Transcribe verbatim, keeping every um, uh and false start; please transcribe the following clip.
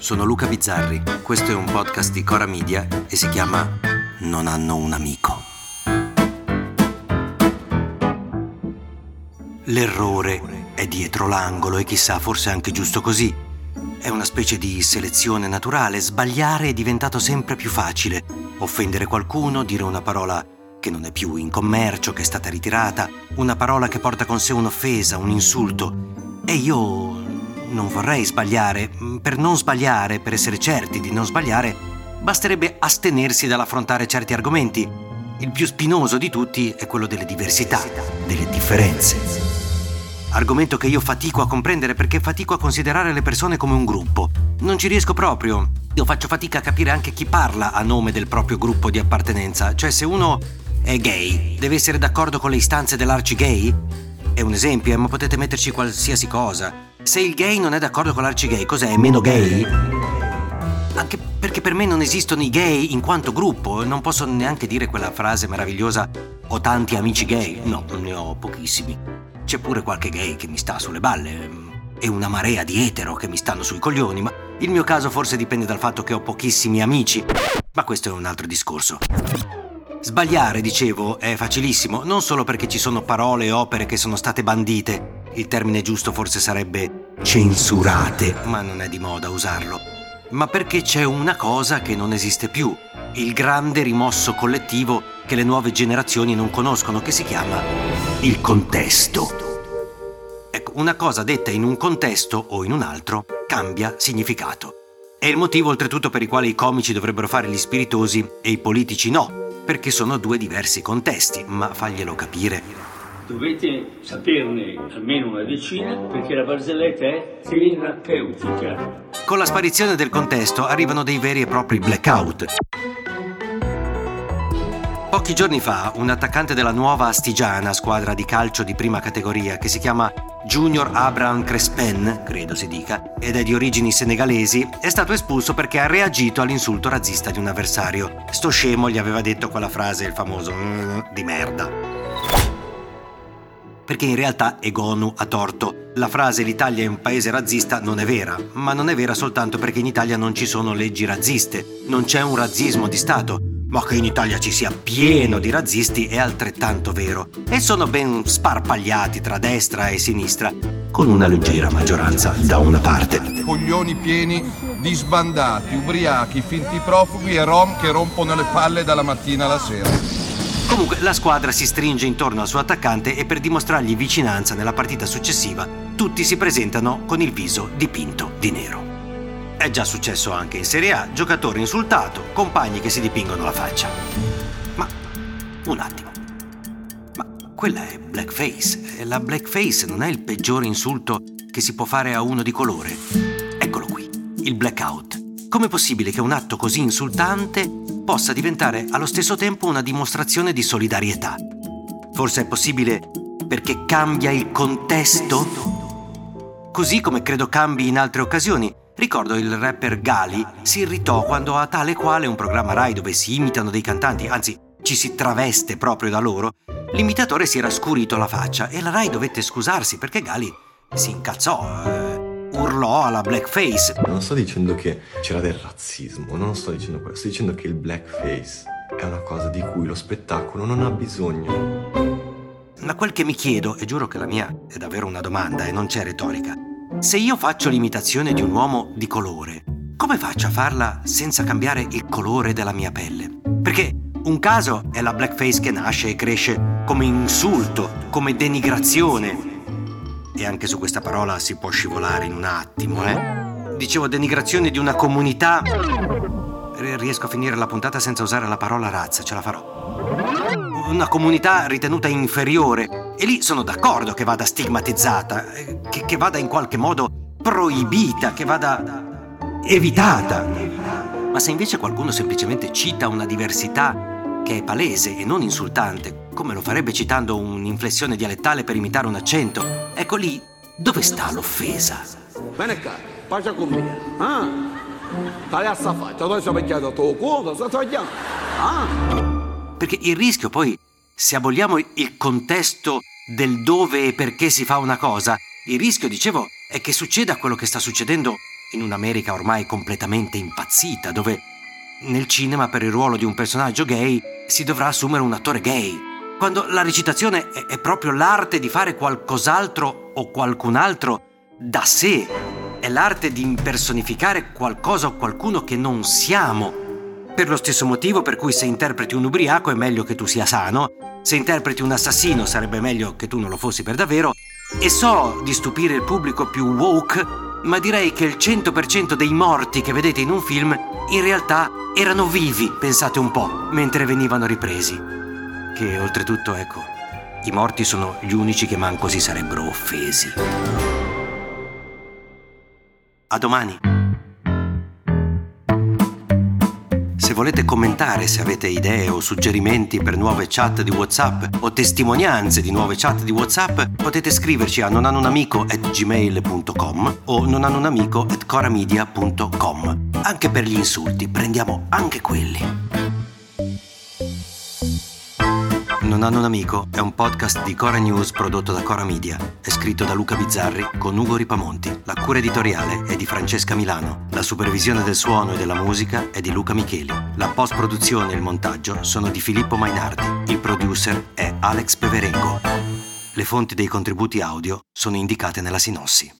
sono Luca Bizzarri, questo è un podcast di Cora Media e si chiama Non hanno un amico. L'errore è dietro l'angolo e chissà, forse è anche giusto così. È una specie di selezione naturale, sbagliare è diventato sempre più facile. Offendere qualcuno, dire una parola che non è più in commercio, che è stata ritirata, una parola che porta con sé un'offesa, un insulto. E io non vorrei sbagliare. Per non sbagliare, per essere certi di non sbagliare, basterebbe astenersi dall'affrontare certi argomenti. Il più spinoso di tutti è quello delle diversità, delle differenze. Argomento che io fatico a comprendere perché fatico a considerare le persone come un gruppo. Non ci riesco proprio. Io faccio fatica a capire anche chi parla a nome del proprio gruppo di appartenenza. Cioè, se uno è gay, deve essere d'accordo con le istanze dell'arci-gay? È un esempio, eh, ma potete metterci qualsiasi cosa. Se il gay non è d'accordo con l'arci-gay, cos'è? È meno gay? Anche perché per me non esistono i gay in quanto gruppo. Non posso neanche dire quella frase meravigliosa: ho tanti amici gay. No, ne ho pochissimi. C'è pure qualche gay che mi sta sulle balle e una marea di etero che mi stanno sui coglioni, ma il mio caso forse dipende dal fatto che ho pochissimi amici. Ma questo è un altro discorso. Sbagliare, dicevo, è facilissimo, non solo perché ci sono parole e opere che sono state bandite. Il termine giusto forse sarebbe censurate, ma non è di moda usarlo. Ma perché c'è una cosa che non esiste più, il grande rimosso collettivo che le nuove generazioni non conoscono, che si chiama il contesto. Ecco, una cosa detta in un contesto o in un altro cambia significato. È il motivo oltretutto per il quale i comici dovrebbero fare gli spiritosi e i politici no, perché sono due diversi contesti, ma faglielo capire. Dovete saperne almeno una decina, perché la barzelletta è terapeutica. Con la sparizione del contesto arrivano dei veri e propri blackout. Pochi giorni fa un attaccante della Nuova Astigiana, squadra di calcio di prima categoria, che si chiama Junior Abraham Crespen, credo si dica, ed è di origini senegalesi, è stato espulso perché ha reagito all'insulto razzista di un avversario. Sto scemo gli aveva detto quella frase, il famoso mm, di merda. Perché in realtà Egonu ha torto. La frase "l'Italia è un paese razzista" non è vera, ma non è vera soltanto perché in Italia non ci sono leggi razziste, non c'è un razzismo di Stato. Ma che in Italia ci sia pieno di razzisti è altrettanto vero, e sono ben sparpagliati tra destra e sinistra, con una leggera maggioranza da una parte. Coglioni pieni di sbandati, ubriachi, finti profughi e rom che rompono le palle dalla mattina alla sera. Comunque la squadra si stringe intorno al suo attaccante e per dimostrargli vicinanza nella partita successiva tutti si presentano con il viso dipinto di nero. È già successo anche in Serie A, giocatore insultato, compagni che si dipingono la faccia. Ma un attimo, ma quella è blackface e la blackface non è il peggiore insulto che si può fare a uno di colore? Eccolo qui, il blackout. Com'è possibile che un atto così insultante possa diventare allo stesso tempo una dimostrazione di solidarietà? Forse è possibile perché cambia il contesto? Così come credo cambi in altre occasioni. Ricordo il rapper Gali si irritò quando a tale quale un programma Rai dove si imitano dei cantanti, anzi ci si traveste proprio da loro, l'imitatore si era scurito la faccia e la Rai dovette scusarsi perché Gali si incazzò, eh, urlò alla blackface. Non sto dicendo che c'era del razzismo, non sto dicendo questo, sto dicendo che il blackface è una cosa di cui lo spettacolo non ha bisogno. Ma quel che mi chiedo, e giuro che la mia è davvero una domanda e non c'è retorica, se io faccio l'imitazione di un uomo di colore, come faccio a farla senza cambiare il colore della mia pelle? Perché un caso è la blackface che nasce e cresce come insulto, come denigrazione. E anche su questa parola si può scivolare in un attimo, eh? Dicevo denigrazione di una comunità. Riesco a finire la puntata senza usare la parola razza, ce la farò. Una comunità ritenuta inferiore. E lì sono d'accordo che vada stigmatizzata, che, che vada in qualche modo proibita, che vada evitata. Ma se invece qualcuno semplicemente cita una diversità che è palese e non insultante, come lo farebbe citando un'inflessione dialettale per imitare un accento, ecco lì dove sta l'offesa. Bene qua, pace con me. Ah, stai a sta faccia, tu sei picchiato tuo cuore, stai sbagliando. Ah. Perché il rischio poi, se aboliamo il contesto del dove e perché si fa una cosa, il rischio, dicevo, è che succeda quello che sta succedendo in un'America ormai completamente impazzita, dove nel cinema per il ruolo di un personaggio gay si dovrà assumere un attore gay, quando la recitazione è, è proprio l'arte di fare qualcos'altro o qualcun altro da sé, è l'arte di impersonificare qualcosa o qualcuno che non siamo, per lo stesso motivo per cui se interpreti un ubriaco è meglio che tu sia sano, se interpreti un assassino sarebbe meglio che tu non lo fossi per davvero. E so di stupire il pubblico più woke, ma direi che il cento per cento dei morti che vedete in un film in realtà erano vivi, pensate un po', mentre venivano ripresi. Che oltretutto, ecco, i morti sono gli unici che manco si sarebbero offesi. A domani! Se volete commentare, se avete idee o suggerimenti per nuove chat di WhatsApp o testimonianze di nuove chat di WhatsApp, potete scriverci a nonhanunamico at gmail punto com o nonhanunamico at coramedia punto com. Anche per gli insulti, prendiamo anche quelli. Non hanno un amico è un podcast di Cora News prodotto da Cora Media. È scritto da Luca Bizzarri con Ugo Ripamonti. La cura editoriale è di Francesca Milano. La supervisione del suono e della musica è di Luca Micheli. La post-produzione e il montaggio sono di Filippo Mainardi. Il producer è Alex Peverengo. Le fonti dei contributi audio sono indicate nella sinossi.